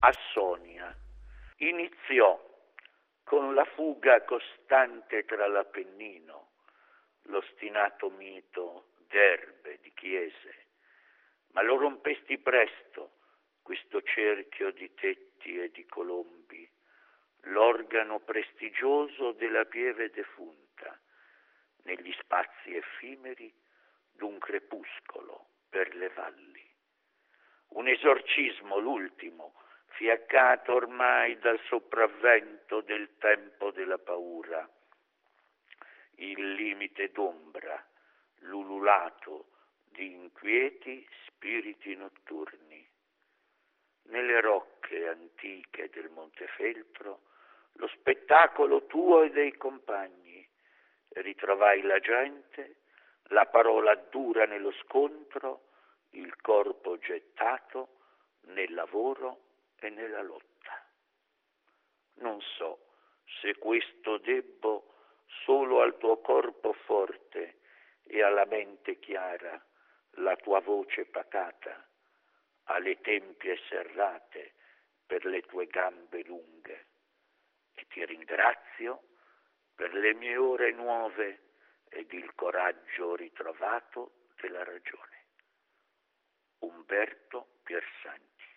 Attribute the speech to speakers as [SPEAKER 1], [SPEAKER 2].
[SPEAKER 1] a Sonia. Iniziò con la fuga costante tra l'Appennino, l'ostinato mito d'erbe, di chiese, ma lo rompesti presto, questo cerchio di tetti e di colombi, l'organo prestigioso della pieve defunta, negli spazi effimeri d'un crepuscolo per le valli. Un esorcismo, l'ultimo, fiaccato ormai dal sopravvento del tempo della paura, il limite d'ombra, l'ululato di inquieti spiriti notturni. Nelle rocche antiche del Montefeltro, lo spettacolo tuo e dei compagni, ritrovai la gente, la parola dura nello scontro, il corpo gettato nel lavoro e nella lotta. Non so se questo debbo solo al tuo corpo forte e alla mente chiara, la tua voce pacata, alle tempie serrate per le tue gambe lunghe, e ti ringrazio per le mie ore nuove ed il coraggio ritrovato della ragione. Umberto Piersanti.